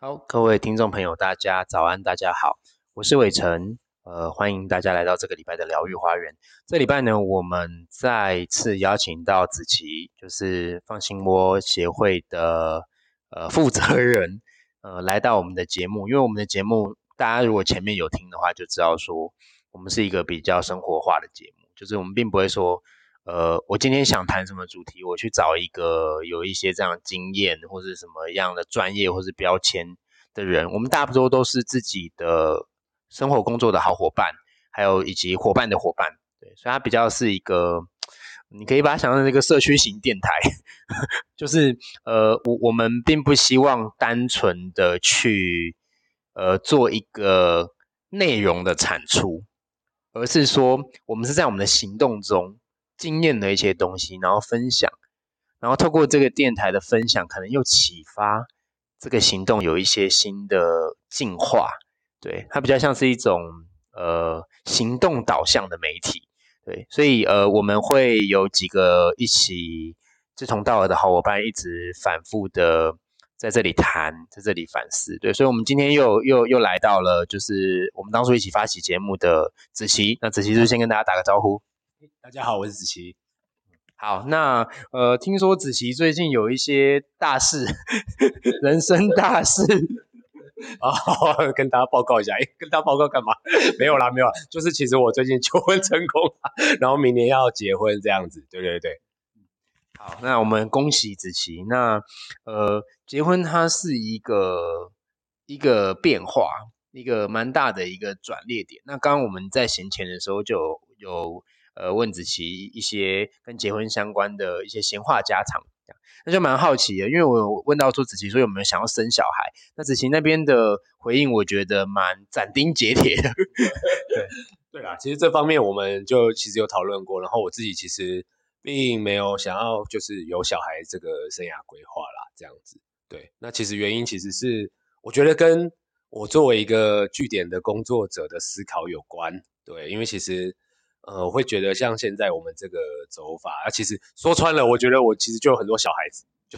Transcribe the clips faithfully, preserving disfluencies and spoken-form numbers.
好，各位听众朋友，大家早安，大家好，我是伟成，呃，欢迎大家来到这个礼拜的疗愈花园。这礼拜呢，我们再次邀请到子琪，就是放心窝协会的呃负责人，呃，来到我们的节目。因为我们的节目，大家如果前面有听的话，就知道说我们是一个比较生活化的节目，就是我们并不会说。呃，我今天想谈什么主题，我去找一个有一些这样的经验或是什么样的专业或是标签的人，我们大多都是自己的生活工作的好伙伴，还有以及伙伴的伙伴，对，所以它比较是一个，你可以把它想象成一个社区型电台，就是呃，我我们并不希望单纯的去呃做一个内容的产出，而是说我们是在我们的行动中经验的一些东西，然后分享，然后透过这个电台的分享，可能又启发这个行动有一些新的进化。对，它比较像是一种呃行动导向的媒体。对，所以呃我们会有几个一起志同道合的好伙伴，一直反复的在这里谈，在这里反思。对，所以我们今天又又又来到了，就是我们当初一起发起节目的子琪。那子琪就先跟大家打个招呼。 大家好，我是子琪。 好，那呃，听说子琪最近有一些大事，人生大事。 哦，跟大家报告一下，哎，跟大家报告干嘛？没有啦，没有啦，就是其实我最近求婚成功了，然后明年要结婚这样子。对对对。 好，那我们恭喜子琪。那呃，结婚它是一个一个变化，一个蛮大的一个转捩点。那刚刚我们在闲前的时候就有有呃问子琪一些跟结婚相关的一些闲话家常，那就蛮好奇的，因为我有问到说子琪说有没有想要生小孩，那子琪那边的回应我觉得蛮斩钉截铁的。 对对啦，其实这方面我们就其实有讨论过，然后我自己其实并没有想要就是有小孩这个生涯规划啦，这样子。对，那其实原因其实是我觉得跟我作为一个据点的工作者的思考有关。对，因为其实呃，我会觉得像现在我们这个走法，啊，其实说穿了，我觉得我其实就有很多小孩子，就是，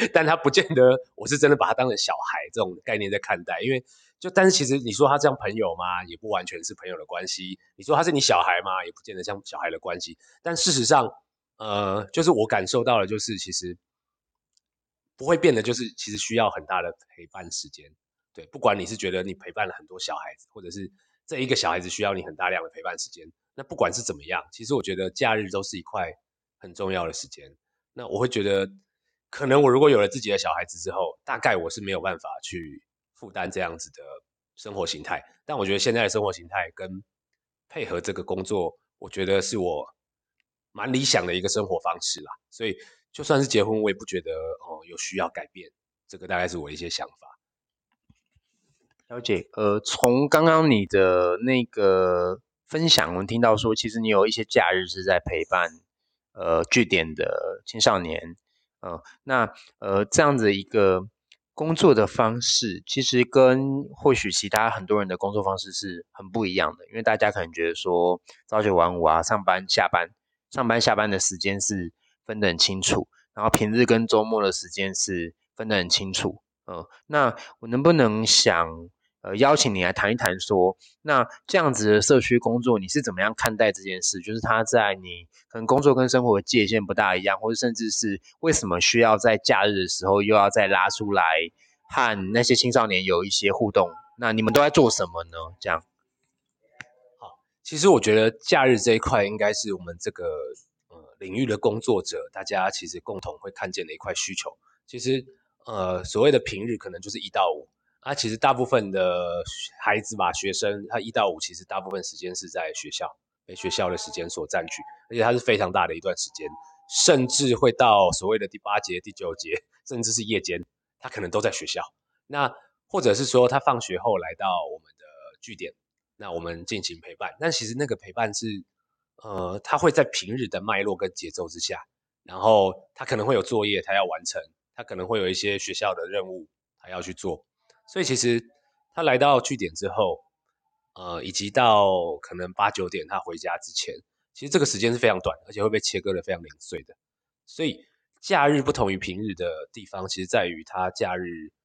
但他不见得我是真的把他当成小孩这种概念在看待，因为就但是其实你说他这样朋友吗？也不完全是朋友的关系。你说他是你小孩吗？也不见得像小孩的关系。但事实上，呃，就是我感受到的，就是其实不会变得，就是其实需要很大的陪伴时间。对，不管你是觉得你陪伴了很多小孩子，或者是这一个小孩子需要你很大量的陪伴时间，那不管是怎么样，其实我觉得假日都是一块很重要的时间。那我会觉得，可能我如果有了自己的小孩子之后，大概我是没有办法去负担这样子的生活形态。但我觉得现在的生活形态跟配合这个工作，我觉得是我蛮理想的一个生活方式啦。所以就算是结婚，我也不觉得哦有需要改变。这个大概是我一些想法。 了解，呃，从刚刚你的那个分享，我们听到说，其实你有一些假日是在陪伴呃据点的青少年，呃，那呃这样子一个工作的方式，其实跟或许其他很多人的工作方式是很不一样的，因为大家可能觉得说朝九晚五啊，上班下班，上班下班的时间是分得很清楚，然后平日跟周末的时间是分得很清楚，呃，那我能不能想呃邀请你来谈一谈说，那这样子的社区工作你是怎么样看待这件事？就是他在你可能工作跟生活的界限不大一样，或者甚至是为什么需要在假日的时候又要再拉出来和那些青少年有一些互动？那你们都在做什么呢？这样。 好，其实我觉得假日这一块应该是我们这个呃领域的工作者，大家其实共同会看见的一块需求。其实呃所谓的平日可能就是一到五，啊，其实大部分的孩子吧，学生他一到五其实大部分时间是在学校，被学校的时间所占据，而且它是非常大的一段时间，甚至会到所谓的第八节、第九节，甚至是夜间，他可能都在学校。那或者是说他放学后来到我们的据点。那我们进行陪伴，但其实那个陪伴是，呃，他会在平日的脉络跟节奏之下，然后他可能会有作业他要完成，他可能会有一些学校的任务他要去做，所以其实他来到据点之后，呃，以及到可能八九点他回家之前，其实这个时间是非常短，而且会被切割的非常零碎的，所以假日不同于平日的地方，其实在于他假日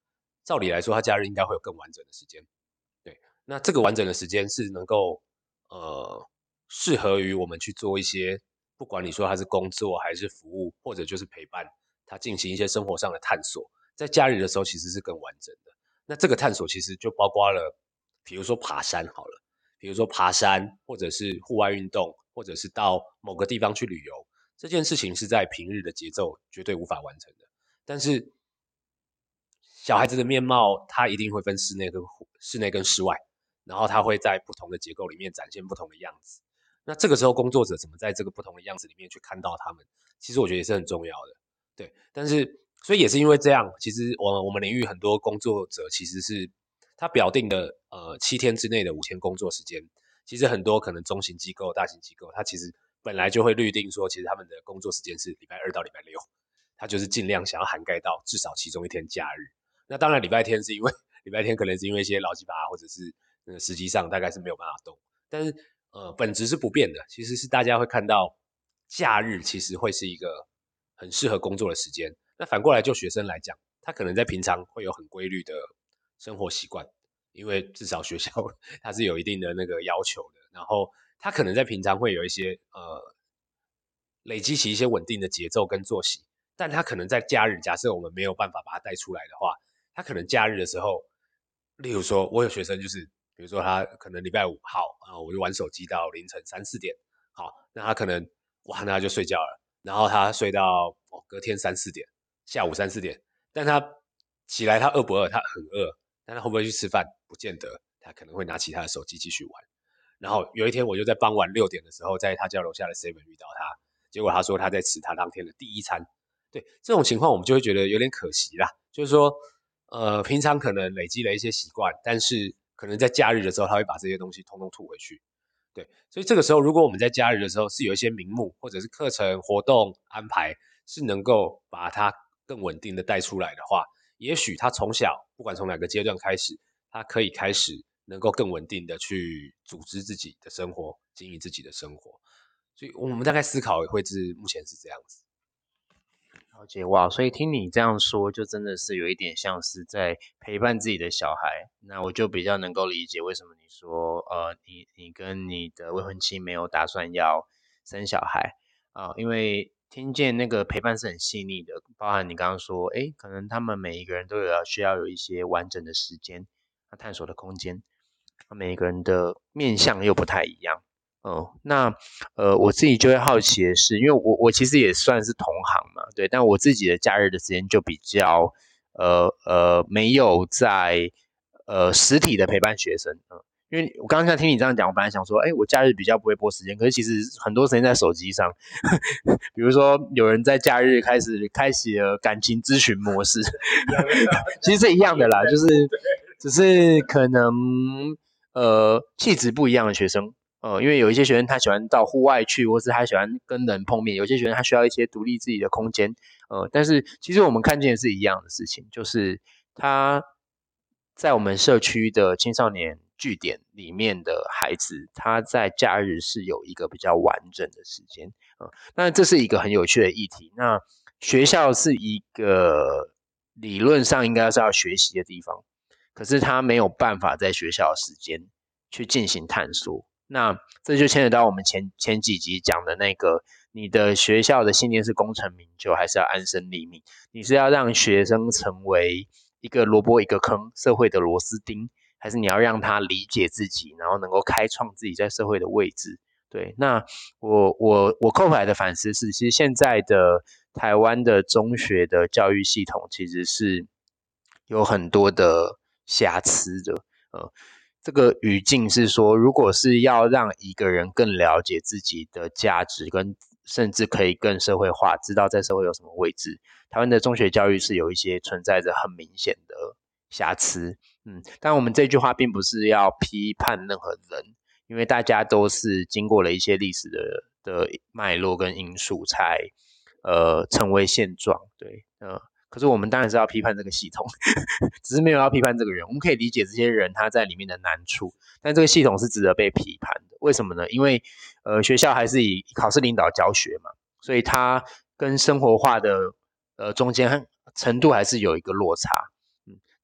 照理来说，他假日应该会有更完整的时间。对，那这个完整的时间是能够呃适合于我们去做一些，不管你说他是工作还是服务，或者就是陪伴他进行一些生活上的探索，在假日的时候其实是更完整的。那这个探索其实就包括了，比如说爬山好了，比如说爬山，或者是户外运动，或者是到某个地方去旅游，这件事情是在平日的节奏绝对无法完成的。但是小孩子的面貌，他一定会分室内跟室内跟室外，然后他会在不同的结构里面展现不同的样子。那这个时候，工作者怎么在这个不同的样子里面去看到他们，其实我觉得也是很重要的。对，但是所以也是因为这样，其实我我们领域很多工作者其实是他表定的呃七天之内的五天工作时间，其实很多可能中型机构、大型机构，它其实本来就会律定说，其实他们的工作时间是礼拜二到礼拜六，他就是尽量想要涵盖到至少其中一天假日。那当然，礼拜天是因为礼拜天可能是因为一些劳基法或者是那个实际上大概是没有办法动，但是呃本质是不变的，其实是大家会看到假日其实会是一个很适合工作的时间。那反过来就学生来讲，他可能在平常会有很规律的生活习惯，因为至少学校它是有一定的那个要求的，然后他可能在平常会有一些呃累积起一些稳定的节奏跟作息，但他可能在假日，假设我们没有办法把它带出来的话，他可能假日的时候，例如说我有学生就是，比如说他可能礼拜五好啊，我就玩手机到凌晨三四点，好，那他可能哇，那他就睡觉了，然后他睡到哦隔天三四点，下午三四点，但他起来他饿不饿？他很饿，但他会不会去吃饭？不见得，他可能会拿起他的手机继续玩。然后有一天我就在傍晚六点的时候，在他家楼下的 seven 遇到他，结果他说他在吃他当天的第一餐。对，这种情况我们就会觉得有点可惜啦，就是说，呃，平常可能累积了一些习惯，但是可能在假日的时候，他会把这些东西通通吐回去。对，所以这个时候，如果我们在假日的时候是有一些名目或者是课程活动安排，是能够把它更稳定的带出来的话，也许他从小不管从哪个阶段开始，他可以开始能够更稳定的去组织自己的生活，经营自己的生活。所以我们大概思考会是目前是这样子。 了解哇，所以听你这样说，就真的是有一点像是在陪伴自己的小孩。那我就比较能够理解为什么你说，呃，你你跟你的未婚妻没有打算要生小孩啊，因为听见那个陪伴是很细腻的，包含你刚刚说，诶，可能他们每一个人都有要需要有一些完整的时间，那探索的空间，那每一个人的面向又不太一样。哦，那呃，我自己就会好奇的是，因为我我其实也算是同行嘛，对，但我自己的假日的时间就比较呃呃没有在呃实体的陪伴学生，嗯，因为我刚刚听你这样讲，我本来想说，哎，我假日比较不会拨时间，可是其实很多时间在手机上，比如说有人在假日开始开启了感情咨询模式，其实是一样的啦，就是只是可能呃气质不一样的学生。呃，因为有一些学生他喜欢到户外去，或是他喜欢跟人碰面，有些学生他需要一些独立自己的空间，呃，但是其实我们看见的是一样的事情，就是他在我们社区的青少年据点里面的孩子，他在假日是有一个比较完整的时间，呃，那这是一个很有趣的议题。那学校是一个理论上应该是要学习的地方，可是他没有办法在学校的时间去进行探索。那这就牵扯到我们前前几集讲的那个，你的学校的信念是功成名就，还是要安身立命？你是要让学生成为一个萝卜一个坑社会的螺丝钉，还是你要让他理解自己，然后能够开创自己在社会的位置？对，那我我我扣回来的反思是，其实现在的台湾的中学的教育系统其实是有很多的瑕疵的，呃，这个语境是说，如果是要让一个人更了解自己的价值，跟甚至可以更社会化，知道在社会有什么位置，台湾的中学教育是有一些存在着很明显的瑕疵。嗯，但我们这句话并不是要批判任何人，因为大家都是经过了一些历史的的脉络跟因素才呃成为现状。对，呃，可是我们当然是要批判这个系统，只是没有要批判这个人。我们可以理解这些人他在里面的难处，但这个系统是值得被批判的。为什么呢？因为呃学校还是以考试领导教学嘛，所以它跟生活化的呃中间程度还是有一个落差。嗯，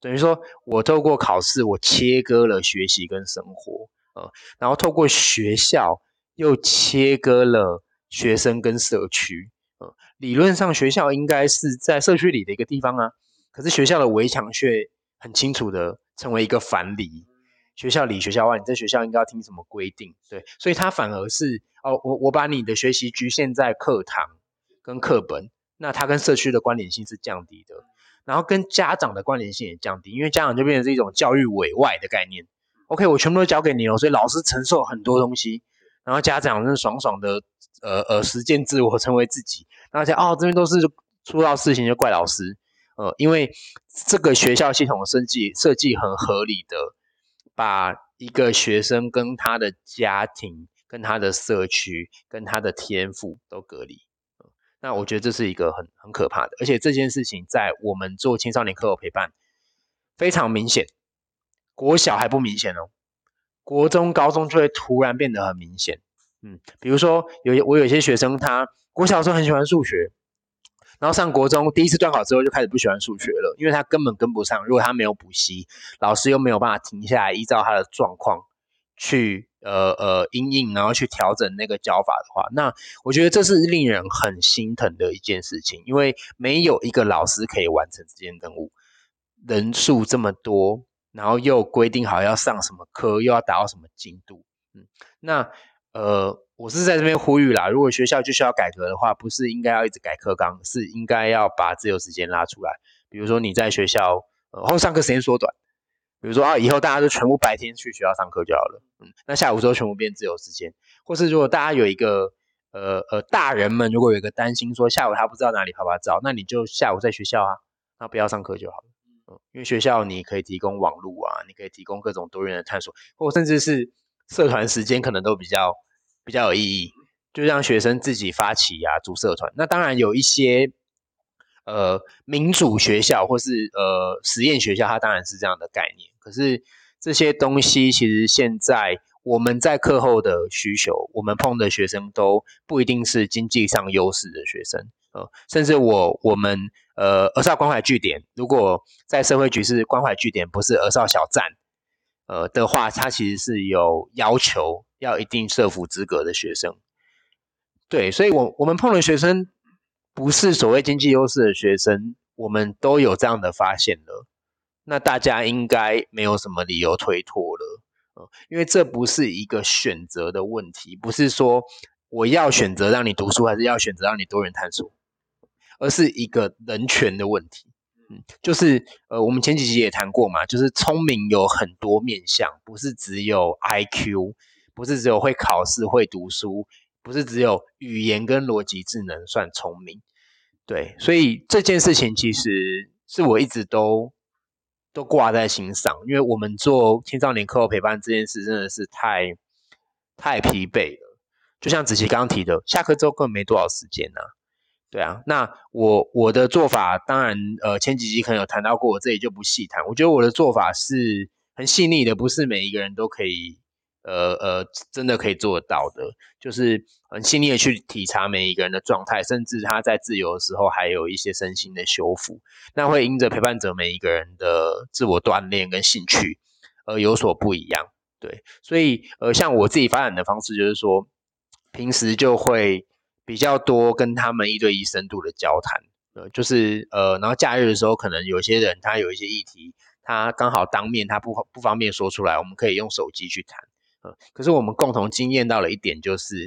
等于说我透过考试，我切割了学习跟生活，呃，然后透过学校又切割了学生跟社区。呃，理论上学校应该是在社区里的一个地方啊，可是学校的围墙却很清楚的成为一个樊篱。学校里学校外，你在学校应该要听什么规定？对，所以它反而是哦，我我把你的学习局限在课堂跟课本，那它跟社区的关联性是降低的。然后跟家长的关联性也降低，因为家长就变成是一种教育委外的概念。OK， 我全部都交给你了，所以老师承受很多东西，然后家长是爽爽的，呃呃，实践自我，成为自己。然后讲哦，这边都是出到事情就怪老师，呃，因为这个学校系统的设计设计很合理的，把一个学生跟他的家庭、跟他的社区、跟他的天赋都隔离。那我觉得这是一个很很可怕的，而且这件事情在我们做青少年课后陪伴非常明显，国小还不明显哦，国中、高中就会突然变得很明显。嗯，比如说有我有些学生，他国小的时候很喜欢数学，然后上国中第一次段考之后就开始不喜欢数学了，因为他根本跟不上。如果他没有补习，老师又没有办法停下来依照他的状况去呃呃因应，然后去调整那个教法的话，那我觉得这是令人很心疼的一件事情，因为没有一个老师可以完成这件任务，人数这么多，然后又规定好要上什么课，又要达到什么进度，嗯，那呃，我是在这边呼吁啦，如果学校就需要改革的话，不是应该要一直改课纲，是应该要把自由时间拉出来，比如说你在学校呃后上课时间缩短。比如说啊，以后大家就全部白天去学校上课就好了，嗯，那下午之后全部变自由时间，或是如果大家有一个呃呃大人们如果有一个担心说下午他不知道哪里拍拍照，那你就下午在学校啊，那不要上课就好了，嗯，因为学校你可以提供网络啊，你可以提供各种多元的探索，或甚至是社团时间可能都比较比较有意义，就让学生自己发起啊，组社团。那当然有一些。呃，民主学校或是呃实验学校，它当然是这样的概念。可是这些东西其实现在我们在课后的需求，我们碰的学生都不一定是经济上优势的学生，呃，甚至我我们呃儿少关怀据点，如果在社会局是关怀据点，不是儿少小站，呃的话，它其实是有要求要一定社福资格的学生。对，所以我我们碰的学生。不是所谓经济优势的学生，我们都有这样的发现了，那大家应该没有什么理由推脱了，呃、因为这不是一个选择的问题，不是说我要选择让你读书，还是要选择让你多元探索，而是一个人权的问题。嗯，就是呃，我们前几集也谈过嘛，就是聪明有很多面向，不是只有 I Q， 不是只有会考试、会读书。不是只有语言跟逻辑智能算聪明，对，所以这件事情其实是我一直都都挂在心上，因为我们做青少年课后陪伴这件事真的是太太疲惫了。就像子琪刚刚提的，下课之后根本没多少时间啊，对啊。那我我的做法，当然呃前几集可能有谈到过，我这里就不细谈。我觉得我的做法是很细腻的，不是每一个人都可以。呃呃，真的可以做得到的，就是很细腻的去体察每一个人的状态，甚至他在自由的时候还有一些身心的修复，那会因着陪伴者每一个人的自我锻炼跟兴趣而有所不一样。对，所以呃，像我自己发展的方式就是说，平时就会比较多跟他们一对一深度的交谈，呃，就是呃，然后假日的时候，可能有些人他有一些议题，他刚好当面他不不方便说出来，我们可以用手机去谈。可是我们共同经验到了一点，就是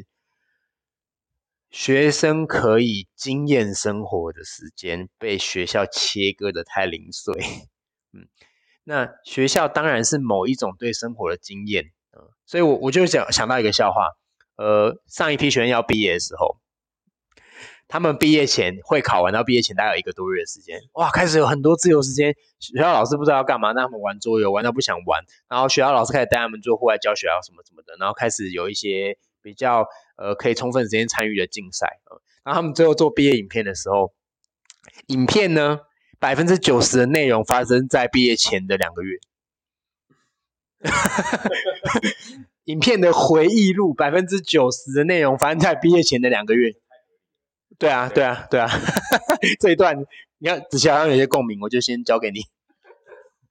学生可以经验生活的时间被学校切割的太零碎。嗯，那学校当然是某一种对生活的经验，呃、所以我我就想想到一个笑话，呃，上一批学生要毕业的时候，他们毕业前会考完到毕业前大概有一个多月的时间，哇，开始有很多自由时间，学校老师不知道要干嘛，让他们玩桌游，玩到不想玩，然后学校老师开始带他们做户外教学啊什么什么的，然后开始有一些比较呃可以充分时间参与的竞赛，呃，然后他们最后做毕业影片的时候，影片呢百分之九十的内容发生在毕业前的两个月。影片的回忆录百分之九十的内容发生在毕业前的两个月。对啊，对啊，对啊，这一段你看子琪好像有些共鸣，我就先交给你。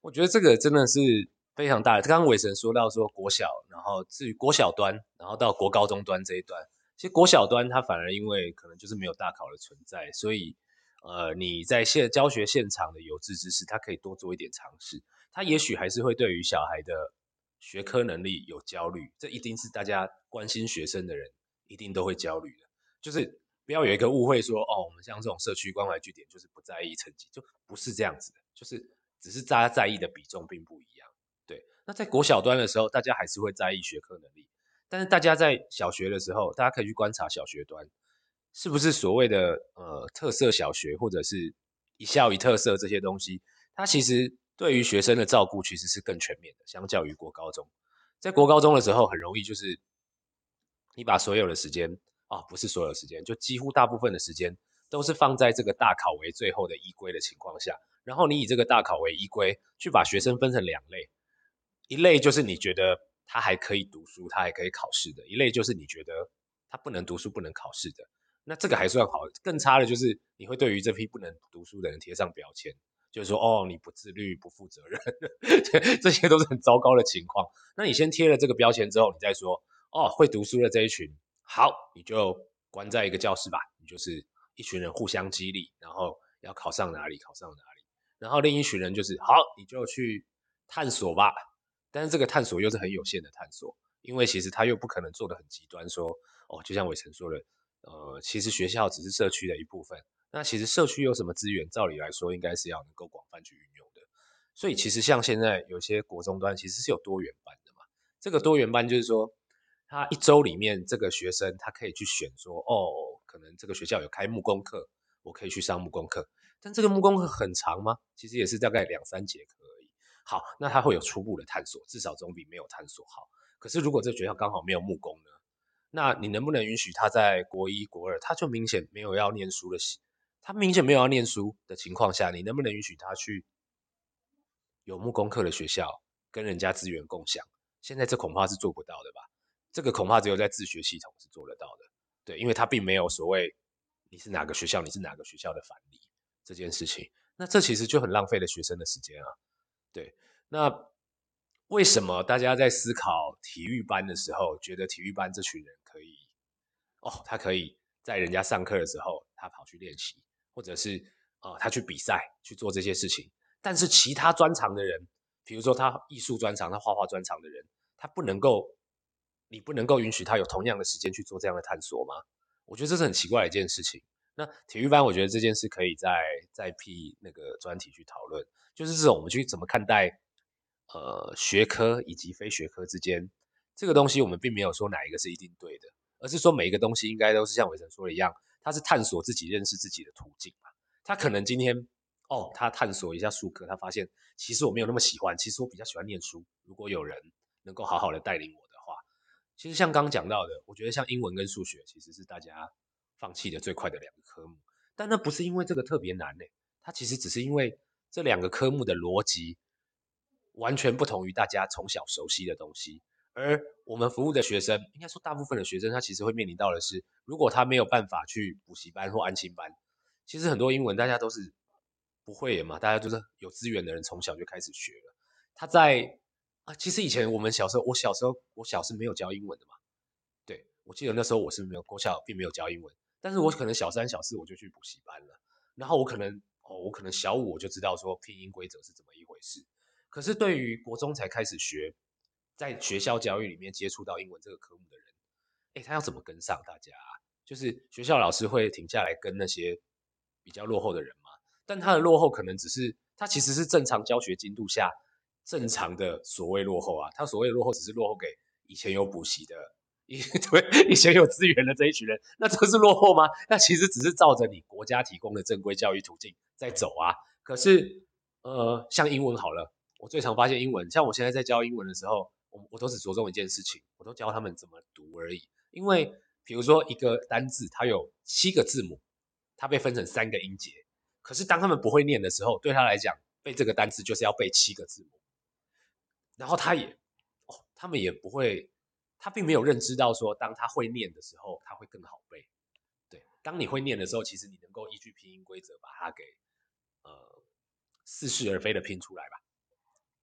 我觉得这个真的是非常大的。刚刚伟神说到说国小，然后至于国小端，然后到国高中端这一段，其实国小端它反而因为可能就是没有大考的存在，所以呃你在现教学现场的有志之士，他可以多做一点尝试。他也许还是会对于小孩的学科能力有焦虑，这一定是大家关心学生的人一定都会焦虑的。就是不要有一个误会说，哦，我们像这种社区关怀据点就是不在意成绩，就不是这样子的，就是只是大家在意的比重并不一样。对，那在国小端的时候，大家还是会在意学科能力，但是大家在小学的时候，大家可以去观察小学端是不是所谓的呃特色小学或者是一校一特色这些东西，它其实对于学生的照顾其实是更全面的，相较于国高中。在国高中的时候，很容易就是你把所有的时间啊、哦，不是所有的时间，就几乎大部分的时间都是放在这个大考为最后的依归的情况下，然后你以这个大考为依归，去把学生分成两类，一类就是你觉得他还可以读书，他还可以考试的，一类就是你觉得他不能读书、不能考试的。那这个还算好，更差的就是你会对于这批不能读书的人贴上标签，就是说哦你不自律、不负责任，这些都是很糟糕的情况。那你先贴了这个标签之后，你再说哦会读书的这一群，好你就关在一个教室吧，你就是一群人互相激励，然后要考上哪里考上哪里，然后另一群人就是好你就去探索吧，但是这个探索又是很有限的探索，因为其实他又不可能做的很极端说，哦就像伟成说的，呃其实学校只是社区的一部分，那其实社区有什么资源，照理来说应该是要能够广泛去运用的。所以其实像现在有些国中端其实是有多元班的嘛，这个多元班就是说，他一周里面这个学生他可以去选说，哦，可能这个学校有开木工课，我可以去上木工课，但这个木工课很长吗？其实也是大概两三节课而已。好，那他会有初步的探索，至少总比没有探索好。可是如果这学校刚好没有木工呢？那你能不能允许他在国一、国二，他就明显没有要念书的习，他明显没有要念书的情况下，你能不能允许他去有木工课的学校跟人家资源共享？现在这恐怕是做不到的吧？这个恐怕只有在自学系统是做得到的。对，因为他并没有所谓你是哪个学校，你是哪个学校的反例这件事情。那这其实就很浪费了学生的时间啊。对，那为什么大家在思考体育班的时候，觉得体育班这群人可以哦，他可以在人家上课的时候，他跑去练习，或者是呃他去比赛去做这些事情。但是其他专长的人，比如说他艺术专长、他画画专长的人，他不能够，你不能够允许他有同样的时间去做这样的探索吗？我觉得这是很奇怪的一件事情。那体育班，我觉得这件事可以再再辟那个专题去讨论，就是这种我们去怎么看待呃学科以及非学科之间这个东西，我们并没有说哪一个是一定对的。而是说每一个东西应该都是像伟成说的一样，他是探索自己、认识自己的途径嘛。他可能今天哦，他探索一下数科，他发现其实我没有那么喜欢，其实我比较喜欢念书。如果有人能够好好的带领我的话，其实像刚刚讲到的，我觉得像英文跟数学其实是大家放弃的最快的两个科目，但那不是因为这个特别难呢，它其实只是因为这两个科目的逻辑完全不同于大家从小熟悉的东西。而我们服务的学生，应该说大部分的学生，他其实会面临到的是，如果他没有办法去补习班或安亲班，其实很多英文大家都是不会的嘛，大家都是有资源的人从小就开始学了。他在啊，其实以前我们小时候，我小时候我小是没有教英文的嘛，对我记得那时候我是没有国小并没有教英文，但是我可能小三小四我就去补习班了，然后我可能哦我可能小五我就知道说拼音规则是怎么一回事，可是对于国中才开始学，在学校教育里面接触到英文这个科目的人，哎，他要怎么跟上大家啊？就是学校老师会停下来跟那些比较落后的人嘛，但他的落后可能只是他其实是正常教学进度下正常的所谓落后啊，他所谓的落后只是落后给以前有补习的。以对以前有资源的这一群人，那这是落后吗？那其实只是照着你国家提供的正规教育途径在走啊。可是，呃，像英文好了，我最常发现英文，像我现在在教英文的时候，我我都只着重一件事情，我都教他们怎么读而已。因为比如说一个单字，它有七个字母，它被分成三个音节，可是当他们不会念的时候，对他来讲，背这个单字就是要背七个字母，然后他也，哦，他们也不会，他并没有认知到说，当他会念的时候，他会更好背。对，当你会念的时候，其实你能够依据拼音规则把它给呃似是而非的拼出来吧。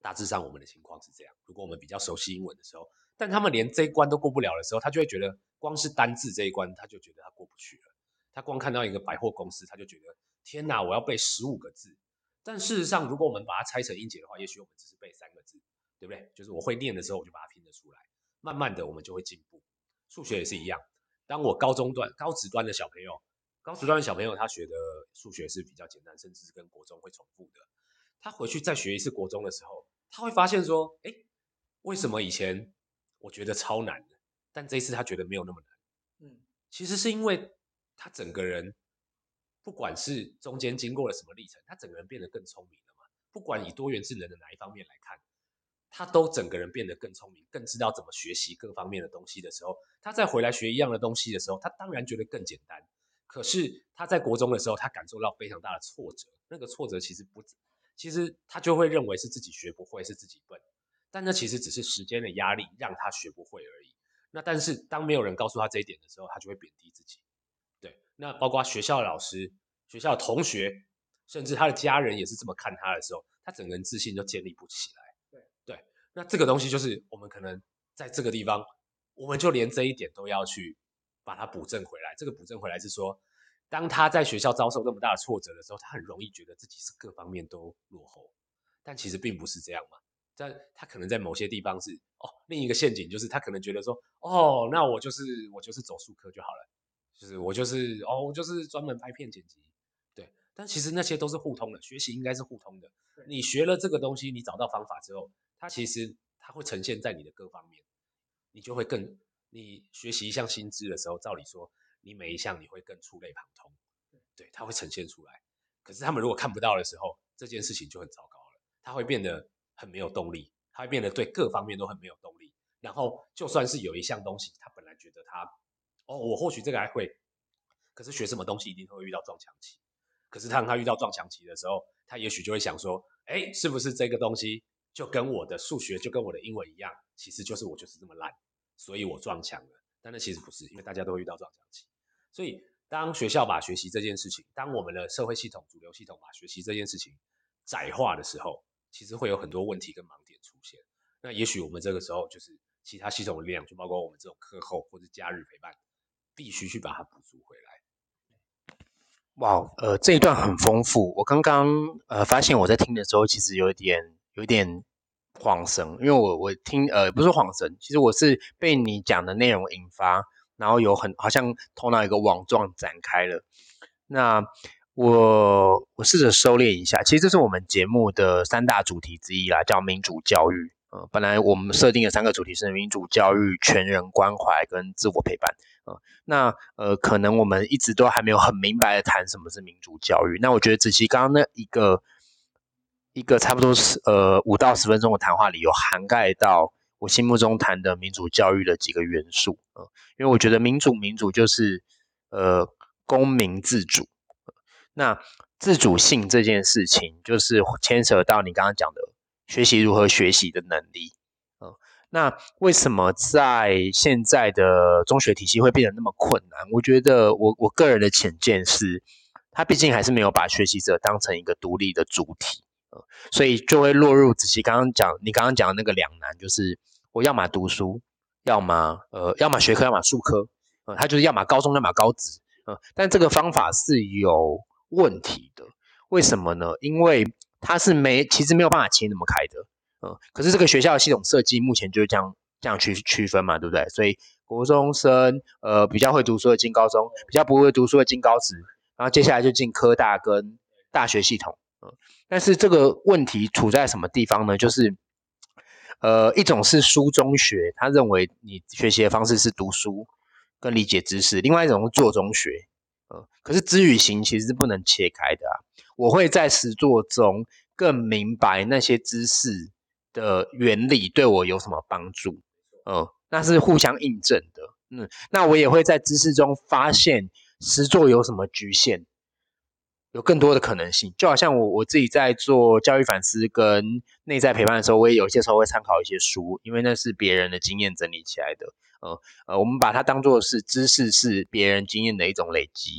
大致上我们的情况是这样。如果我们比较熟悉英文的时候，但他们连这一关都过不了的时候，他就会觉得光是单字这一关，他就觉得他过不去了。他光看到一个百货公司，他就觉得天哪，我要背十五个字。但事实上，如果我们把它拆成音节的话，也许我们只是背三个字，对不对？就是我会念的时候，我就把它拼得出来。慢慢的，我们就会进步。数学也是一样。当我高中段、高职端的小朋友，高职端的小朋友，他学的数学是比较简单，甚至是跟国中会重复的。他回去再学一次国中的时候，他会发现说，哎，为什么以前我觉得超难的，但这一次他觉得没有那么难？嗯，其实是因为他整个人，不管是中间经过了什么历程，他整个人变得更聪明了嘛。不管以多元智能的哪一方面来看，他都整个人变得更聪明，更知道怎么学习各方面的东西的时候，他再回来学一样的东西的时候，他当然觉得更简单。可是他在国中的时候，他感受到非常大的挫折，那个挫折其实不，其实他就会认为是自己学不会，是自己笨，但那其实只是时间的压力让他学不会而已。那但是当没有人告诉他这一点的时候，他就会贬低自己。对，那包括学校的老师、学校的同学，甚至他的家人也是这么看他的时候，他整个人自信就建立不起来。对，对，那这个东西就是我们可能在这个地方，我们就连这一点都要去把它补正回来。这个补正回来是说，当他在学校遭受这么大的挫折的时候，他很容易觉得自己是各方面都落后，但其实并不是这样嘛。但他可能在某些地方是哦，另一个陷阱就是他可能觉得说，哦，那我就是我就是走数科就好了，就是我就是哦，我就是专门拍片剪辑，对。但其实那些都是互通的，学习应该是互通的。你学了这个东西，你找到方法之后，它其实它会呈现在你的各方面，你就会更，你学习一项新知的时候，照理说你每一项你会更触类旁通，对，它会呈现出来。可是他们如果看不到的时候，这件事情就很糟糕了，他会变得很没有动力，他会变得对各方面都很没有动力。然后就算是有一项东西，他本来觉得他，哦，我或许这个还会，可是学什么东西一定会遇到撞墙期。可是当他遇到撞墙期的时候，他也许就会想说，哎，是不是这个东西就跟我的数学，就跟我的英文一样，其实就是我就是这么烂，所以我撞墙了。但那其实不是，因为大家都会遇到撞墙期。所以当学校把学习这件事情，当我们的社会系统、主流系统把学习这件事情窄化的时候，其实会有很多问题跟盲点出现。那也许我们这个时候就是其他系统的力量，就包括我们这种课后或者假日陪伴，必须去把它补足回来。 哇，呃，这一段很丰富。我刚刚呃发现我在听的时候，其实有一点有一点恍神，因为我我听呃不是恍神，其实我是被你讲的内容引发，然后有很好像头脑一个网状展开了。那我我试着收敛一下，其实这是我们节目的三大主题之一啦，叫民主教育。呃，本来我们设定的三个主题是民主教育、全人关怀跟自我陪伴。呃，那呃，可能我们一直都还没有很明白的谈什么是民主教育。那我觉得子琪刚刚那一个一个差不多是呃五到十分钟的谈话里，有涵盖到我心目中谈的民主教育的几个元素。呃，因为我觉得民主民主就是呃公民自主。那自主性这件事情，就是牵扯到你刚刚讲的学习如何学习的能力。呃那为什么在现在的中学体系会变得那么困难？我觉得我我个人的浅见是，它毕竟还是没有把学习者当成一个独立的主体，呃、所以就会落入子琪刚刚讲，你刚刚讲的那个两难，就是我要么读书，要么呃，要么学科，要么术科，呃，它就是要么高中，要么高职，呃，但这个方法是有问题的，为什么呢？因为它是没，其实没有办法切那么开的。嗯，可是这个学校的系统设计目前就是这样这样去区分嘛，对不对？所以国中生呃比较会读书的进高中，比较不会读书的进高职，然后接下来就进科大跟大学系统。嗯，但是这个问题处在什么地方呢？就是呃一种是书中学，他认为你学习的方式是读书跟理解知识，另外一种是做中学。呃，可是知与行其实是不能切开的啊。我会在实作中更明白那些知识的原理对我有什么帮助，呃，那是互相印证的。嗯，那我也会在知识中发现实作有什么局限，有更多的可能性。就好像我我自己在做教育反思跟内在陪伴的时候，我也有些时候会参考一些书，因为那是别人的经验整理起来的。呃呃，我们把它当作是知识是别人经验的一种累积。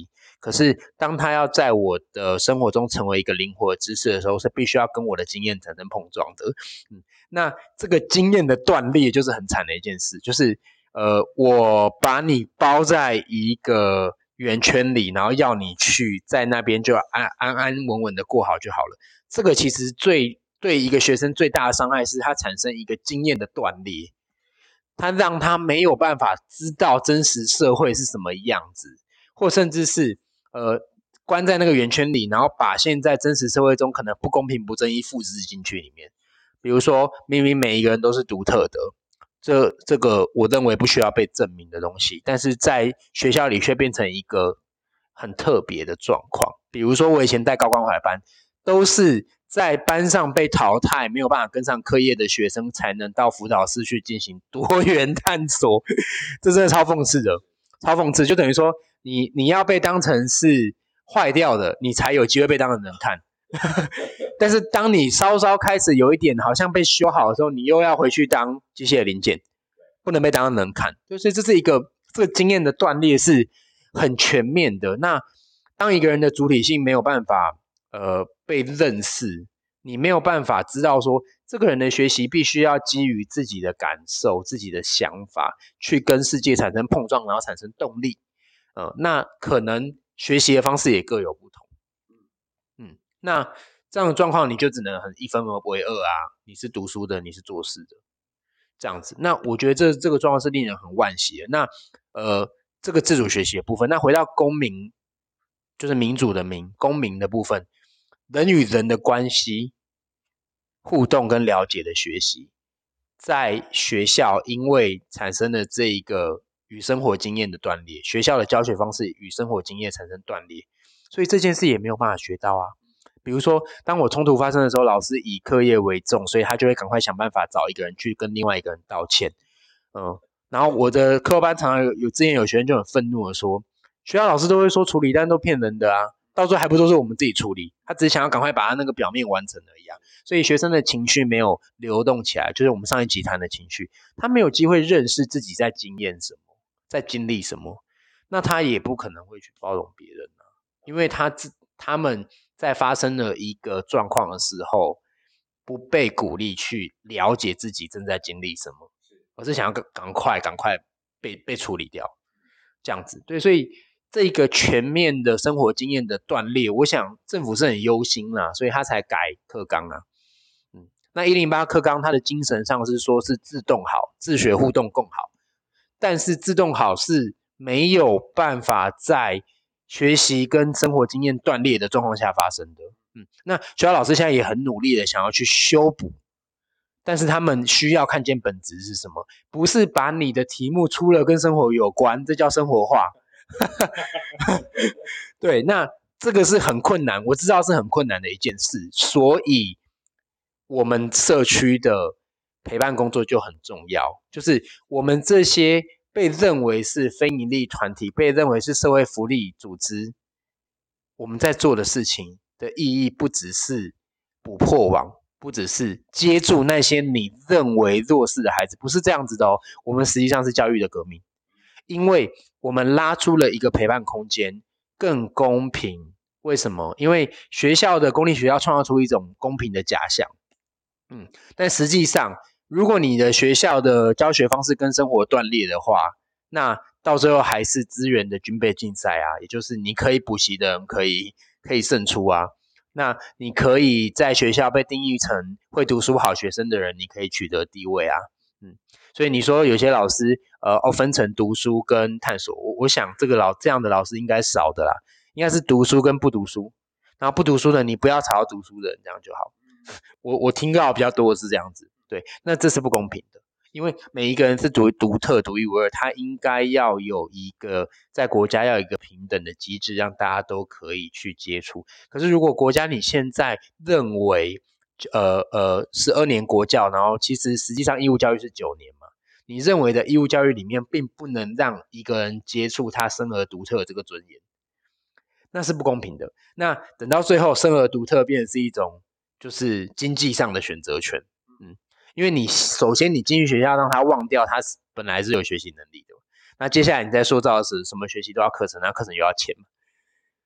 可是当他要在我的生活中成为一个灵活的知识的时候，是必须要跟我的经验产生碰撞的。嗯，那这个经验的断裂就是很惨的一件事，就是呃，我把你包在一个圆圈里，然后要你去在那边就安安安稳稳的过好就好了。这个其实最对一个学生最大的伤害是，他产生一个经验的断裂，他让他没有办法知道真实社会是什么样子，或甚至是呃关在那个圆圈里，然后把现在真实社会中可能不公平不正义复制进去里面。比如说，明明每一个人都是独特的，这这个我认为不需要被证明的东西，但是在学校里却变成一个很特别的状况。比如说，我以前带高关怀班，都是在班上被淘汰，没有办法跟上课业的学生，才能到辅导室去进行多元探索。这真的超讽刺的，超讽刺，就等于说你你要被当成是坏掉的，你才有机会被当成能看。但是当你稍稍开始有一点好像被修好的时候，你又要回去当机械的零件，不能被当成能看。所以这是一个这个经验的断裂是很全面的。那当一个人的主体性没有办法呃被认识，你没有办法知道说这个人的学习必须要基于自己的感受、自己的想法去跟世界产生碰撞，然后产生动力。呃，那可能学习的方式也各有不同。嗯，那这样的状况你就只能很一分为二啊，你是读书的，你是做事的，这样子。那我觉得这这个状况是令人很惋惜的。那呃，这个自主学习的部分，那回到公民，就是民主的民，公民的部分，人与人的关系、互动跟了解的学习，在学校因为产生了这一个与生活经验的断裂，学校的教学方式与生活经验产生断裂，所以这件事也没有办法学到啊。比如说，当我冲突发生的时候，老师以课业为重，所以他就会赶快想办法找一个人去跟另外一个人道歉。嗯，然后我的课后班常常有有之前有学生就很愤怒的说，学校老师都会说处理单都骗人的啊，到最后还不都是我们自己处理，他只是想要赶快把他那个表面完成而已啊。所以学生的情绪没有流动起来，就是我们上一集谈的情绪，他没有机会认识自己在经验什么，在经历什么，那他也不可能会去包容别人啊，因为他自他们在发生了一个状况的时候，不被鼓励去了解自己正在经历什么，而是想要赶快赶快被被处理掉，这样子。对，所以这一个全面的生活经验的断裂，我想政府是很忧心啦，所以他才改课纲啊。嗯，那一零八课纲它的精神上是说是自动好，自学互动共好，但是自动好是没有办法在学习跟生活经验断裂的状况下发生的。嗯，那学校老师现在也很努力的想要去修补，但是他们需要看见本质是什么，不是把你的题目出了跟生活有关，这叫生活化。对，那这个是很困难，我知道是很困难的一件事，所以我们社区的陪伴工作就很重要，就是我们这些被认为是非营利团体，被认为是社会福利组织，我们在做的事情的意义不只是捕破网，不只是接住那些你认为弱势的孩子，不是这样子的哦，我们实际上是教育的革命，因为我们拉出了一个陪伴空间，更公平。为什么？因为学校的公立学校创造出一种公平的假象，嗯，但实际上，如果你的学校的教学方式跟生活断裂的话，那到最后还是资源的军备竞赛啊，也就是你可以补习的人可以可以胜出啊，那你可以在学校被定义成会读书好学生的人，你可以取得地位啊，嗯，所以你说有些老师呃哦分成读书跟探索，我我想这个老这样的老师应该少的啦，应该是读书跟不读书，然后不读书的你不要吵到读书的人，这样就好。我我听到比较多的是这样子，对，那这是不公平的，因为每一个人是独独特、独一无二，他应该要有一个在国家要有一个平等的机制，让大家都可以去接触。可是如果国家你现在认为，呃呃，十二年国教，然后其实实际上义务教育是九年嘛，你认为的义务教育里面，并不能让一个人接触他生而独特的这个尊严，那是不公平的。那等到最后，生而独特变成是一种就是经济上的选择权，嗯，因为你首先你进去学校让他忘掉他本来是有学习能力的，那接下来你在塑造的是什么学习都要课程，那课程又要钱嘛，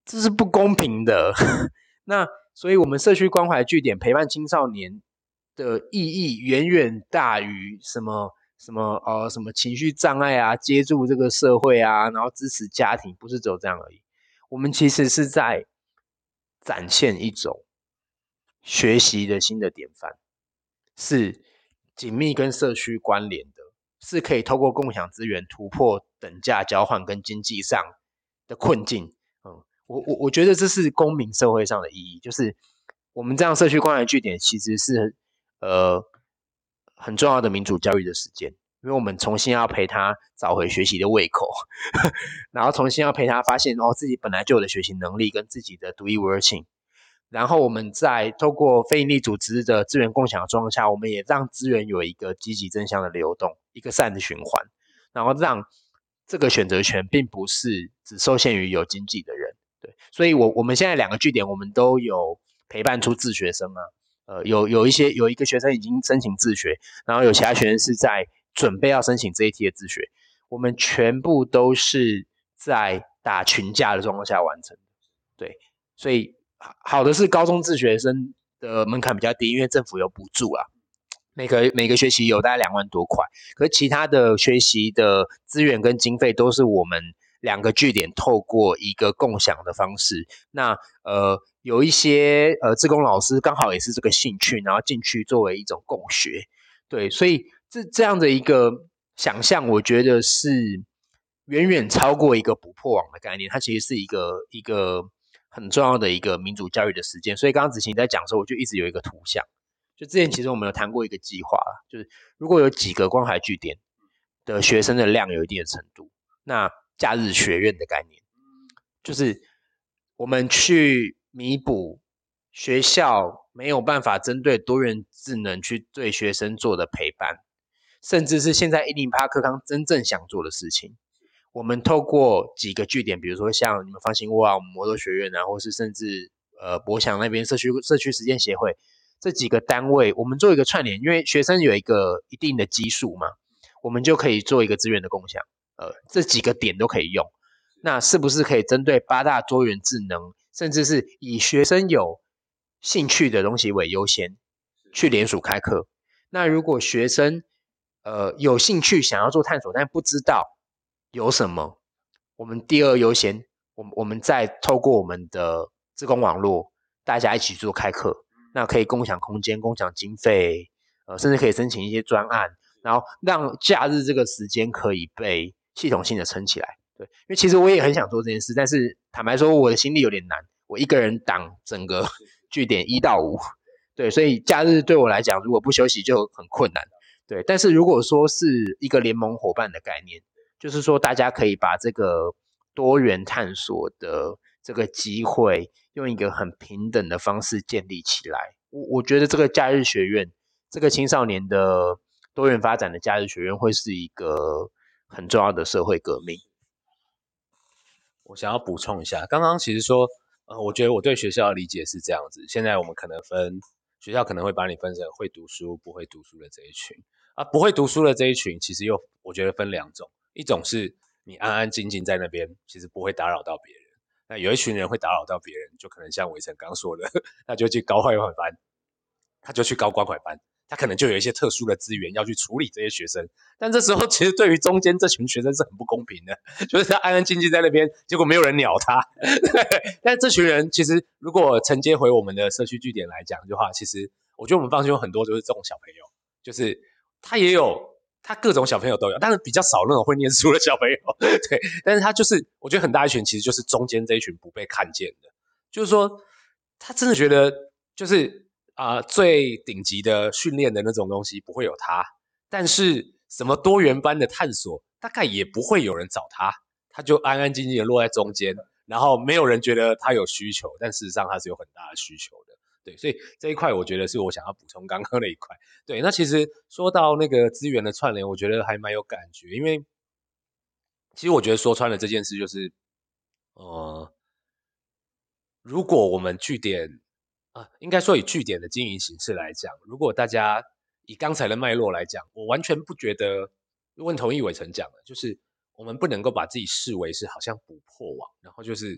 这是不公平的。那所以我们社区关怀据点陪伴青少年的意义远远大于什么什么呃什么情绪障碍啊，接触这个社会啊，然后支持家庭，不是只有这样而已。我们其实是在展现一种学习的新的典范，是紧密跟社区关联的，是可以透过共享资源突破等价交换跟经济上的困境。嗯，我我我觉得这是公民社会上的意义，就是我们这样社区关怀据点其实是呃很重要的民主教育的时间，因为我们重新要陪他找回学习的胃口，然后重新要陪他发现哦自己本来就有的学习能力跟自己的独一无二性。然后我们在透过非营利组织的资源共享的状况下，我们也让资源有一个积极正向的流动，一个善的循环，然后让这个选择权并不是只受限于有经济的人。对，所以我我们现在两个据点，我们都有陪伴出自学生啊，呃，有有一些有一个学生已经申请自学，然后有其他学生是在准备要申请这一题的自学，我们全部都是在打群架的状况下完成。对，所以好的是高中自学生的门槛比较低，因为政府有补助啊，每个每个学期有大概两万多块，可是其他的学习的资源跟经费都是我们两个据点透过一个共享的方式。那呃有一些呃志工老师刚好也是这个兴趣，然后进去作为一种共学。对，所以这这样的一个想象，我觉得是远远超过一个捕破网的概念，它其实是一个一个很重要的一个民主教育的实践。所以刚刚子晴在讲的时候，我就一直有一个图像。就之前其实我们有谈过一个计划啦，就是如果有几个关怀据点的学生的量有一定的程度，那假日学院的概念，就是我们去弥补学校没有办法针对多元智能去对学生做的陪伴，甚至是现在一零八课纲真正想做的事情。我们透过几个据点，比如说像你们放心窝啊，我们摩托学院啊，或是甚至呃博翔那边社区社区实践协会这几个单位，我们做一个串联，因为学生有一个一定的基数嘛，我们就可以做一个资源的共享，呃，这几个点都可以用。那是不是可以针对八大多元智能，甚至是以学生有兴趣的东西为优先，去联署开课？那如果学生呃有兴趣想要做探索，但不知道有什么，我们第二优先，我们我们再透过我们的志工网络，大家一起做开课，那可以共享空间、共享经费，呃，甚至可以申请一些专案，然后让假日这个时间可以被系统性的撑起来。对，因为其实我也很想做这件事，但是坦白说，我的心力有点难，我一个人挡整个据点一到五，对，所以假日对我来讲，如果不休息就很困难。对，但是如果说是一个联盟伙伴的概念，就是说大家可以把这个多元探索的这个机会，用一个很平等的方式建立起来。我我觉得这个假日学院，这个青少年的多元发展的假日学院，会是一个很重要的社会革命。 我想要补充一下，刚刚其实说，呃，我觉得我对学校的理解是这样子。现在我们可能分学校可能会把你分成会读书、不会读书的这一群啊，不会读书的这一群，其实又我觉得分两种，一种是你安安静静在那边，其实不会打扰到别人。那有一群人会打扰到别人，就可能像伟成刚说的，他就去高关怀班，他就去高关怀班。他可能就有一些特殊的资源要去处理这些学生，但这时候其实对于中间这群学生是很不公平的，就是他安安静静在那边，结果没有人鸟他。但这群人其实如果承接回我们的社区据点来讲的话，其实我觉得我们放心有很多就是这种小朋友，就是他也有他各种小朋友都有，但是比较少那种会念书的小朋友，对，但是他就是我觉得很大一群其实就是中间这一群不被看见的，就是说他真的觉得就是啊、呃，最顶级的训练的那种东西不会有他，但是什么多元班的探索，大概也不会有人找他，他就安安静静的落在中间，然后没有人觉得他有需求，但事实上他是有很大的需求的。对，所以这一块我觉得是我想要补充刚刚的一块。对，那其实说到那个资源的串联，我觉得还蛮有感觉，因为其实我觉得说穿了这件事就是，呃，如果我们据点啊，应该说以据点的经营形式来讲，如果大家以刚才的脉络来讲，我完全不觉得，问同意伟成讲的，就是我们不能够把自己视为是好像捕破网，然后就是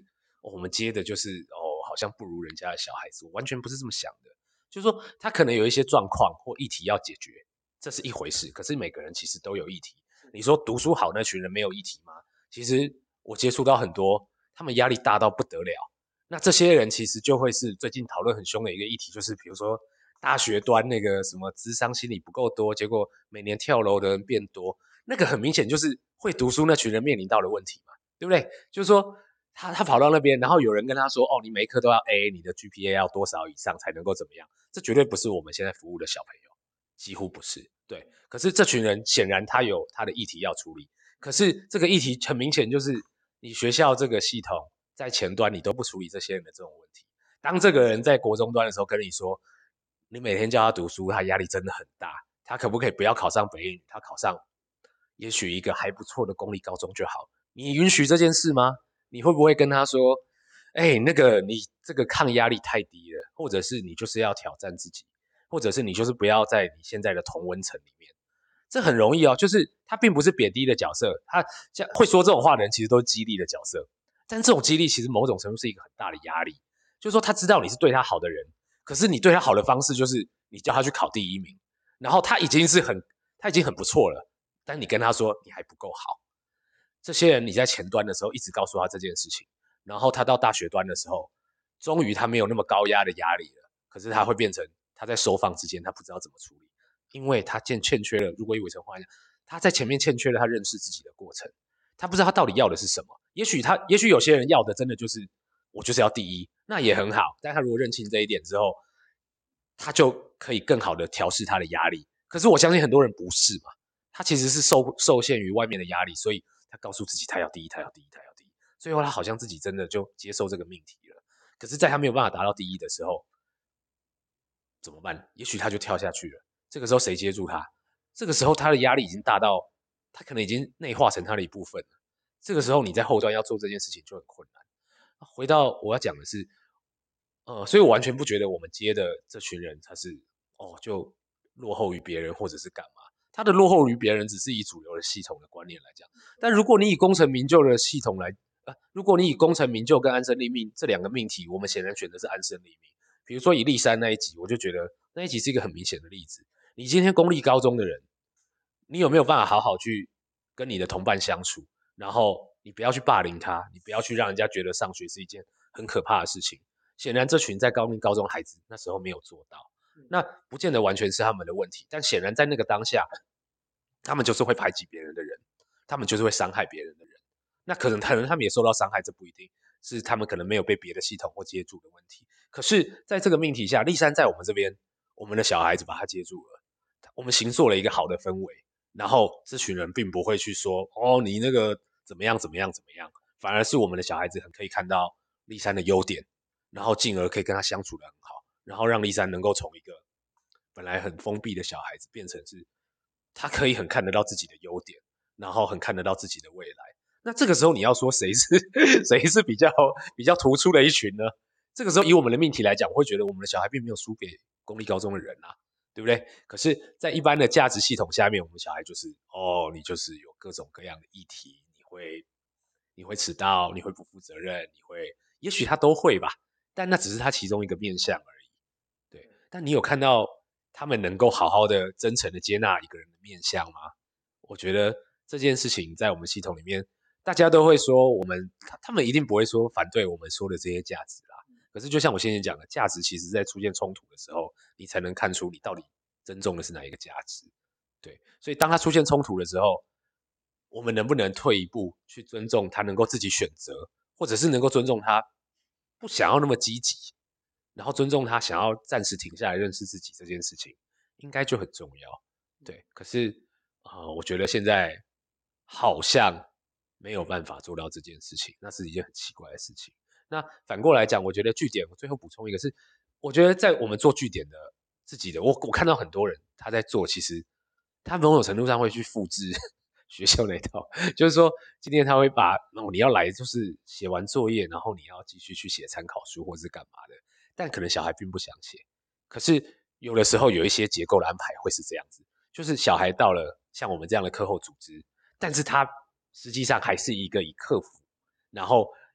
哦，我们接的就是哦，好像不如人家的小孩子，我完全不是这么想的。就是说，他可能有一些状况或议题要解决，这是一回事。可是每个人其实都有议题。你说读书好那群人没有议题吗？其实我接触到很多，他们压力大到不得了。那这些人其实就会是最近讨论很凶的一个议题，就是比如说大学端那个什么諮商心理不够多，结果每年跳楼的人变多，那个很明显就是会读书那群人面临到的问题嘛，对不对？就是说他他跑到那边，然后有人跟他说，哦，你每一科都要 A， 你的 G P A 要多少以上才能够怎么样？这绝对不是我们现在服务的小朋友，几乎不是。对，可是这群人显然他有他的议题要处理，可是这个议题很明显就是你学校这个系统在前端你都不处理这些人的这种问题。当这个人在国中端的时候跟你说，你每天叫他读书，他压力真的很大，他可不可以不要考上北一女，他考上也许一个还不错的公立高中就好？你允许这件事吗？你会不会跟他说，哎，那个你这个抗压力太低了，或者是你就是要挑战自己，或者是你就是不要在你现在的同温层里面？这很容易哦，就是他并不是贬低的角色，他像会说这种话的人其实都是激励的角色，但这种激励其实某种程度是一个很大的压力，就是说他知道你是对他好的人，可是你对他好的方式就是你叫他去考第一名，然后他已经是很他已经很不错了，但你跟他说你还不够好。这些人你在前端的时候一直告诉他这件事情，然后他到大学端的时候，终于他没有那么高压的压力了，可是他会变成他在收放之间他不知道怎么处理，因为他欠欠缺了，如果以伟成话讲，他在前面欠缺了他认识自己的过程，他不知道他到底要的是什么。也许他，也许有些人要的真的就是我就是要第一，那也很好。但他如果认清这一点之后，他就可以更好的调试他的压力。可是我相信很多人不是嘛，他其实是受受限于外面的压力，所以他告诉自己他要第一，他要第一，他要第一。最后他好像自己真的就接受这个命题了。可是，在他没有办法达到第一的时候，怎么办？也许他就跳下去了。这个时候谁接住他？这个时候他的压力已经大到他可能已经内化成他的一部分了。这个时候你在后端要做这件事情就很困难。回到我要讲的是，呃，所以我完全不觉得我们接的这群人他是哦就落后于别人或者是干嘛。他的落后于别人只是以主流的系统的观念来讲，但如果你以功成名就的系统来，呃，如果你以功成名就跟安身立命这两个命题，我们显然选的是安身立命。比如说以立山那一集，我就觉得那一集是一个很明显的例子。你今天公立高中的人，你有没有办法好好去跟你的同伴相处？然后你不要去霸凌他，你不要去让人家觉得上学是一件很可怕的事情。显然这群在高立高中孩子那时候没有做到，那不见得完全是他们的问题，但显然在那个当下，他们就是会排挤别人的人，他们就是会伤害别人的人。那可能可能他们也受到伤害，这不一定是他们可能没有被别的系统或接住的问题。可是在这个命题下，立山在我们这边，我们的小孩子把他接住了，我们形塑了一个好的氛围，然后这群人并不会去说哦你那个怎么样怎么样怎么样，反而是我们的小孩子很可以看到立山的优点，然后进而可以跟他相处的很好，然后让立山能够从一个本来很封闭的小孩子变成是他可以很看得到自己的优点，然后很看得到自己的未来。那这个时候你要说谁是谁是比较比较突出的一群呢？这个时候以我们的命题来讲，我会觉得我们的小孩并没有输给公立高中的人啊，对不对？可是，在一般的价值系统下面，我们小孩就是哦，你就是有各种各样的议题，你会你会迟到，你会不负责任，你会，也许他都会吧，但那只是他其中一个面向而已。对，但你有看到他们能够好好的、真诚的接纳一个人的面相吗？我觉得这件事情在我们系统里面，大家都会说我们，他们一定不会说反对我们说的这些价值啦。可是就像我先前讲的，价值其实在出现冲突的时候，你才能看出你到底尊重的是哪一个价值。对，所以当他出现冲突的时候，我们能不能退一步去尊重他能够自己选择，或者是能够尊重他不想要那么积极，然后尊重他想要暂时停下来认识自己这件事情，应该就很重要。对，可是啊、呃我觉得现在好像没有办法做到这件事情，那是一件很奇怪的事情。那反过来讲，我觉得据点，我最后补充一个是，我觉得在我们做据点的自己的，我我看到很多人他在做，其实他某种程度上会去复制学校那一套，就是说今天他会把哦你要来就是写完作业，然后你要继续去写参考书或是干嘛的，但可能小孩并不想写，可是有的时候有一些结构的安排会是这样子，就是小孩到了像我们这样的课后组织，但是他实际上还是一个以克服，然后要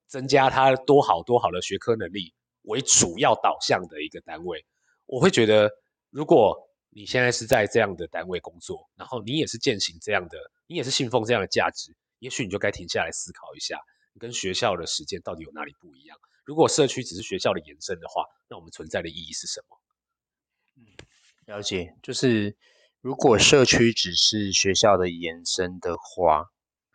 增加他多好多好的学科能力为主要导向的一个单位。我会觉得，如果你现在是在这样的单位工作，然后你也是践行这样的，你也是信奉这样的价值，也许你就该停下来思考一下，你跟学校的实践到底有哪里不一样。如果社区只是学校的延伸的话，那我们存在的意义是什么？ 了解，就是如果社区只是学校的延伸的话，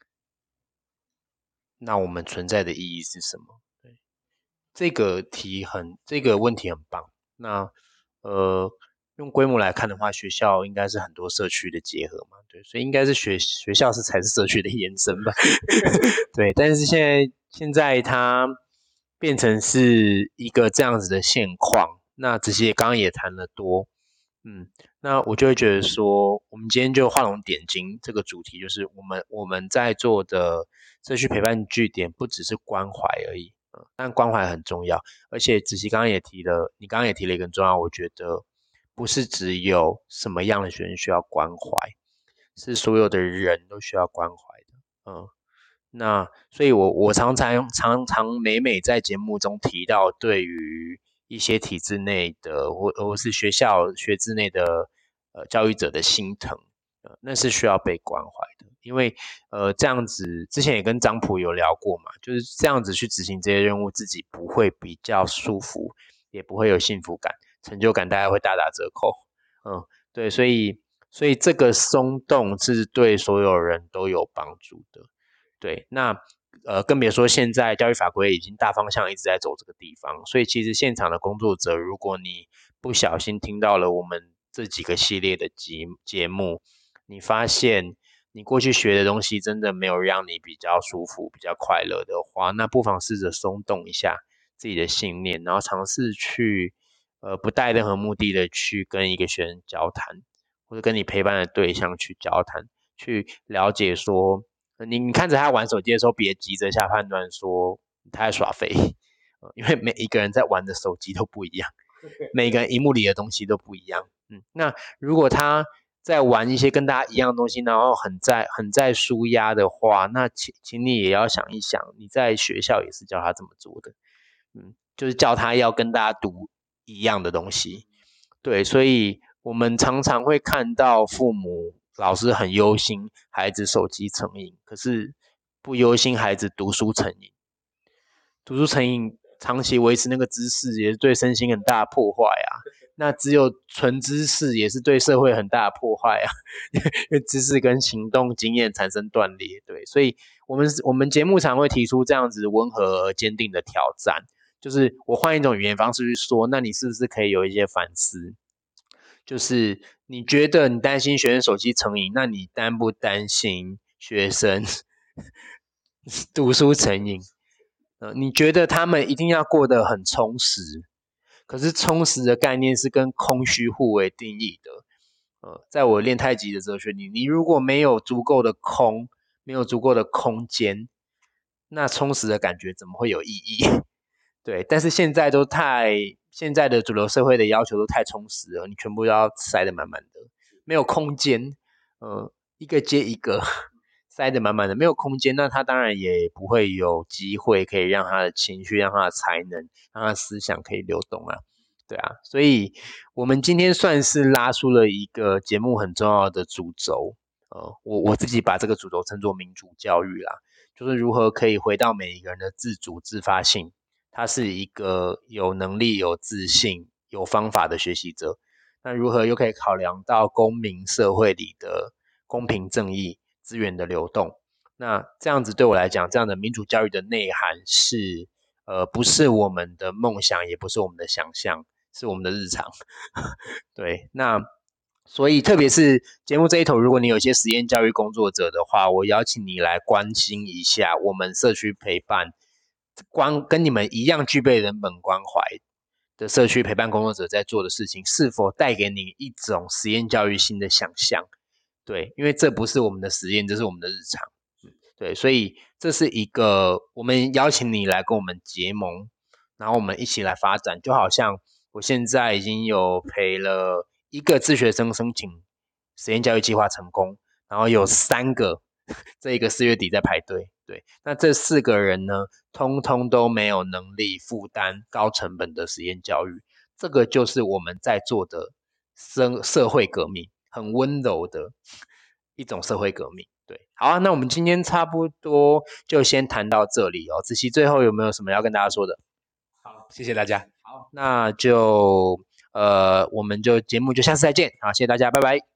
那我们存在的意义是什么？对，这个题很，这个问题很棒。那呃，用规模来看的话，学校应该是很多社区的结合嘛，对，所以应该是学学校是才是社区的延伸吧。对，但是现在现在它变成是一个这样子的现况，那这些刚刚也谈了多，嗯，那我就会觉得说，我们今天就画龙点睛这个主题，就是我们我们在做的社区陪伴据点，不只是关怀而已，嗯，但关怀很重要，而且子琪刚刚也提了，你刚刚也提了一个很重要，我觉得不是只有什么样的学生需要关怀，是所有的人都需要关怀的，嗯。那所以我，我常常常常每每在节目中提到，对于一些体制内的或或是学校学制内的呃教育者的心疼，呃，那是需要被关怀的，因为呃这样子之前也跟张普有聊过嘛，就是这样子去执行这些任务，自己不会比较舒服，也不会有幸福感，成就感大概会大打折扣，嗯，对，所以所以这个松动是对所有人都有帮助的。对，那呃，更别说现在教育法规已经大方向一直在走这个地方，所以其实现场的工作者，如果你不小心听到了我们这几个系列的节节目，你发现你过去学的东西真的没有让你比较舒服、比较快乐的话，那不妨试着松动一下自己的信念，然后尝试去呃不带任何目的的去跟一个学生交谈，或者跟你陪伴的对象去交谈，去了解说。你你看着他玩手机的时候，别急着下判断说他在耍废，因为每一个人在玩的手机都不一样，每个人荧幕里的东西都不一样。嗯，那如果他在玩一些跟大家一样的东西，然后很在很在舒压的话，那请请你也要想一想，你在学校也是教他这么做的，嗯，就是叫他要跟大家读一样的东西。对，所以我们常常会看到父母、老师很忧心孩子手机成瘾，可是不忧心孩子读书成瘾。读书成瘾，长期维持那个知识，也是对身心很大的破坏啊。那只有纯知识，也是对社会很大的破坏啊。因为知识跟行动经验产生断裂，对，所以我们我们节目常会提出这样子温和而坚定的挑战。就是我换一种语言方式去说，那你是不是可以有一些反思？就是你觉得你担心学生手机成瘾，那你担不担心学生读书成瘾？呃，你觉得他们一定要过得很充实，可是充实的概念是跟空虚互为定义的。呃，在我练太极的哲学里，你如果没有足够的空，没有足够的空间，那充实的感觉怎么会有意义？对，但是现在都太，现在的主流社会的要求都太充实了，你全部都要塞得满满的，没有空间，呃，一个接一个塞得满满的，没有空间，那他当然也不会有机会可以让他的情绪、让他的才能、让他的思想可以流动啊，对啊，所以我们今天算是拉出了一个节目很重要的主轴，呃，我我自己把这个主轴称作民主教育啦，就是如何可以回到每一个人的自主自发性。他是一个有能力、有自信、有方法的学习者。那如何又可以考量到公民社会里的公平正义、资源的流动？那这样子对我来讲，这样的民主教育的内涵是，呃，不是我们的梦想，也不是我们的想象，是我们的日常。对，那所以特别是节目这一头，如果你有一些实验教育工作者的话，我邀请你来关心一下我们社区陪伴。关跟你们一样具备人本关怀的社区陪伴工作者在做的事情，是否带给你一种实验教育性的想象？对，因为这不是我们的实验，这是我们的日常。对，所以这是一个我们邀请你来跟我们结盟，然后我们一起来发展。就好像我现在已经有陪了一个自学生申请实验教育计划成功，然后有三个这一个四月底在排队。对，那这四个人呢，通通都没有能力负担高成本的实验教育，这个就是我们在做的社社会革命，很温柔的一种社会革命。对，好啊，那我们今天差不多就先谈到这里哦。子琪最后有没有什么要跟大家说的？ 好，谢谢大家。 好，那就呃，我们就节目就下次再见。好，谢谢大家，拜拜。